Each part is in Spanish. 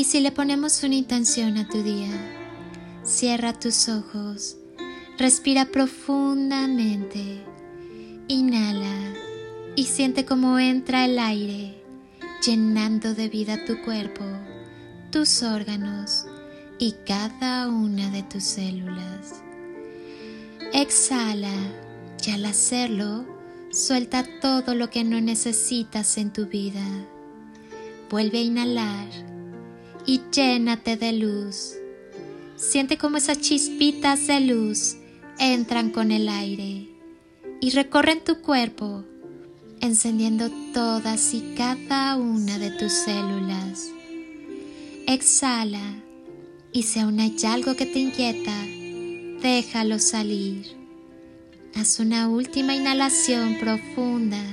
Y si le ponemos una intención a tu día, cierra tus ojos, respira profundamente, inhala y siente cómo entra el aire, llenando de vida tu cuerpo, tus órganos y cada una de tus células. Exhala y al hacerlo, suelta todo lo que no necesitas en tu vida. Vuelve a inhalar y llénate de luz. Siente cómo esas chispitas de luz entran con el aire y recorren tu cuerpo, encendiendo todas y cada una de tus células. Exhala y si aún hay algo que te inquieta, déjalo salir. Haz una última inhalación profunda.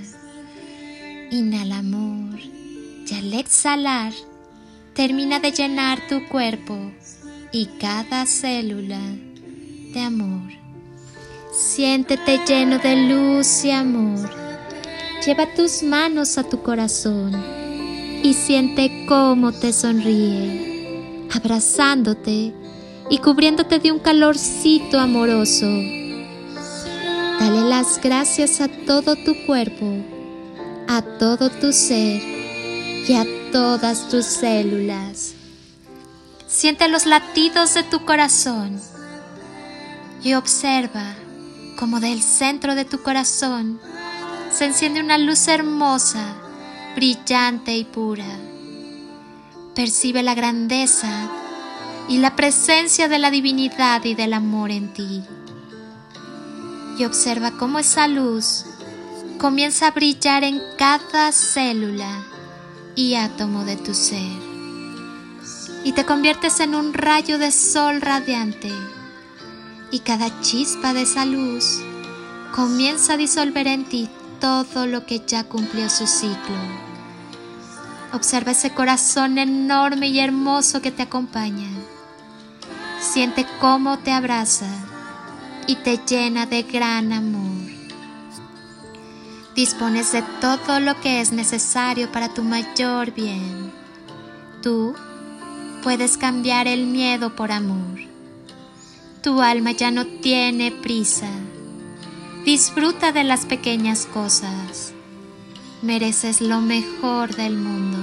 Inhala amor y al exhalar, termina de llenar tu cuerpo y cada célula de amor. Siéntete lleno de luz y amor. Lleva tus manos a tu corazón y siente cómo te sonríe, abrazándote y cubriéndote de un calorcito amoroso. Dale las gracias a todo tu cuerpo, a todo tu ser y a todas tus células. Siente los latidos de tu corazón y observa cómo del centro de tu corazón se enciende una luz hermosa, brillante y pura. Percibe la grandeza y la presencia de la divinidad y del amor en ti. Y observa cómo esa luz comienza a brillar en cada célula y átomo de tu ser. Y te conviertes en un rayo de sol radiante. Y cada chispa de esa luz comienza a disolver en ti todo lo que ya cumplió su ciclo. Observa ese corazón enorme y hermoso que te acompaña. Siente cómo te abraza y te llena de gran amor. Dispones de todo lo que es necesario para tu mayor bien. Tú puedes cambiar el miedo por amor. Tu alma ya no tiene prisa. Disfruta de las pequeñas cosas. Mereces lo mejor del mundo.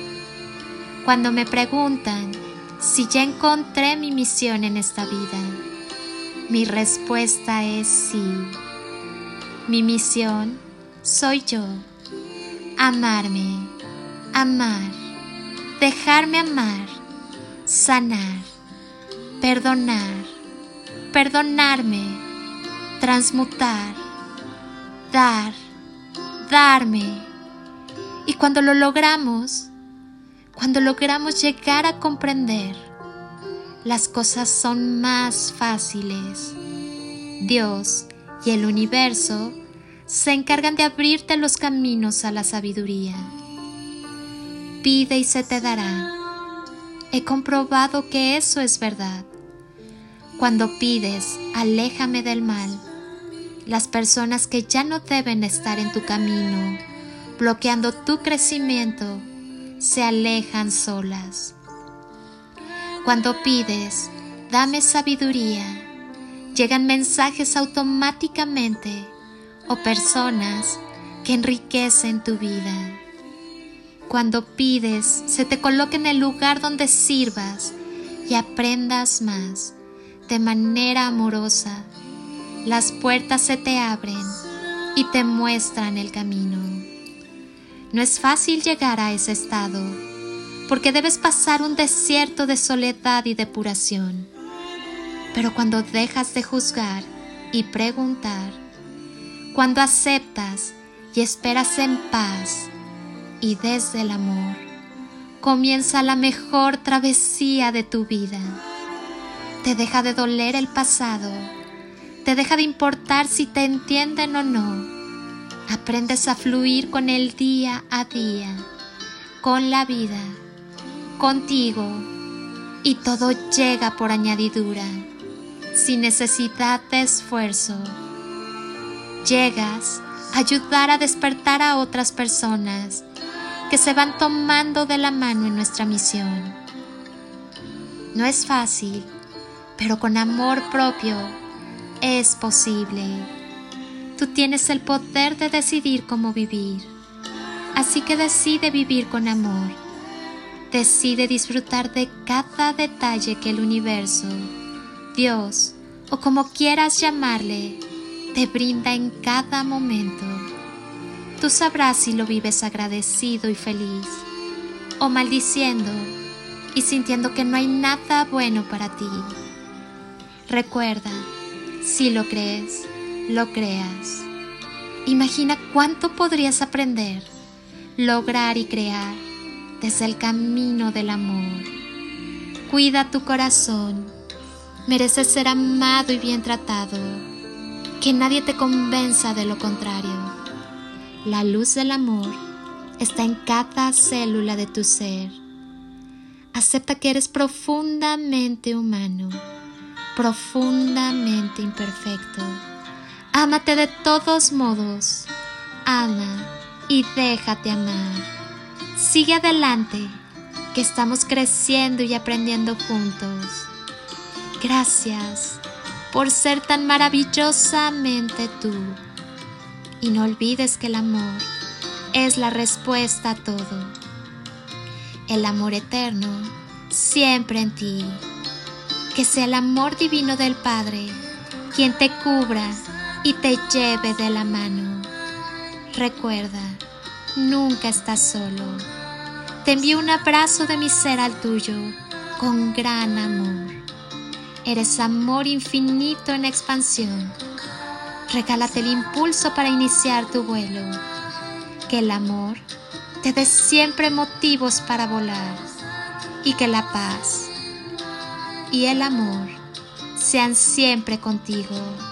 Cuando me preguntan si ya encontré mi misión en esta vida, mi respuesta es sí. Mi misión soy yo. Amarme, amar, dejarme amar, sanar, perdonar, perdonarme, transmutar, dar, darme. Y cuando lo logramos, cuando logramos llegar a comprender, las cosas son más fáciles. Dios y el universo se encargan de abrirte los caminos a la sabiduría. Pide y se te dará. He comprobado que eso es verdad. Cuando pides, aléjame del mal, las personas que ya no deben estar en tu camino, bloqueando tu crecimiento, se alejan solas. Cuando pides, dame sabiduría, llegan mensajes automáticamente o personas que enriquecen tu vida. Cuando pides, se te coloca en el lugar donde sirvas y aprendas más. De manera amorosa, las puertas se te abren y te muestran el camino. No es fácil llegar a ese estado, porque debes pasar un desierto de soledad y depuración. Pero cuando dejas de juzgar y preguntar, cuando aceptas y esperas en paz y desde el amor, comienza la mejor travesía de tu vida. Te deja de doler el pasado, te deja de importar si te entienden o no. Aprendes a fluir con el día a día, con la vida, contigo, y todo llega por añadidura, sin necesidad de esfuerzo. Llegas a ayudar a despertar a otras personas que se van tomando de la mano en nuestra misión. No es fácil, pero con amor propio es posible. Tú tienes el poder de decidir cómo vivir. Así que decide vivir con amor. Decide disfrutar de cada detalle que el universo, Dios o como quieras llamarle, te brinda en cada momento. Tú sabrás si lo vives agradecido y feliz, o maldiciendo y sintiendo que no hay nada bueno para ti. Recuerda, si lo crees, lo creas. Imagina cuánto podrías aprender, lograr y crear desde el camino del amor. Cuida tu corazón. Mereces ser amado y bien tratado. Que nadie te convenza de lo contrario. La luz del amor está en cada célula de tu ser. Acepta que eres profundamente humano, profundamente imperfecto. Ámate de todos modos. Ama y déjate amar. Sigue adelante, que estamos creciendo y aprendiendo juntos. Gracias por ser tan maravillosamente tú. Y no olvides que el amor es la respuesta a todo. El amor eterno siempre en ti. Que sea el amor divino del Padre quien te cubra y te lleve de la mano. Recuerda, nunca estás solo. Te envío un abrazo de mi ser al tuyo con gran amor. Eres amor infinito en expansión. Regálate el impulso para iniciar tu vuelo. Que el amor te dé siempre motivos para volar y que la paz y el amor sean siempre contigo.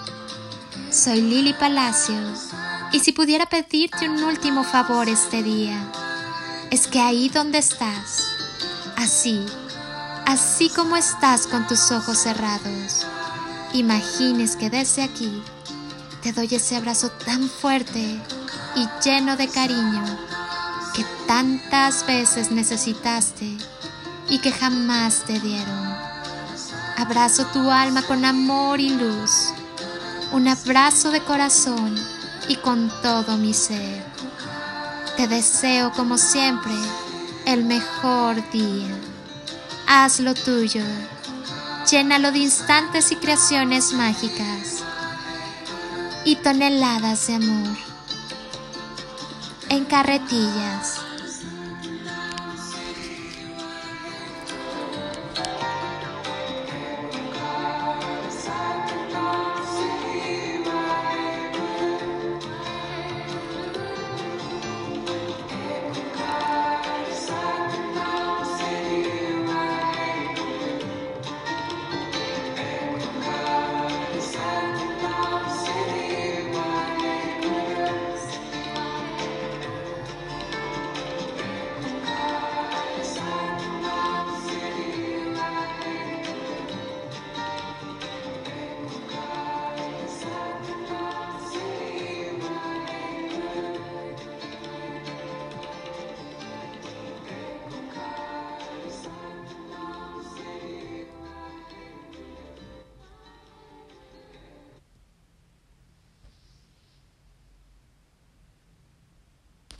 Soy Lili Palacios y si pudiera pedirte un último favor este día, es que ahí donde estás, así como estás con tus ojos cerrados, imagines que desde aquí te doy ese abrazo tan fuerte y lleno de cariño que tantas veces necesitaste y que jamás te dieron. Abrazo tu alma con amor y luz, un abrazo de corazón y con todo mi ser. Te deseo como siempre el mejor día. Hazlo tuyo, llénalo de instantes y creaciones mágicas y toneladas de amor en carretillas.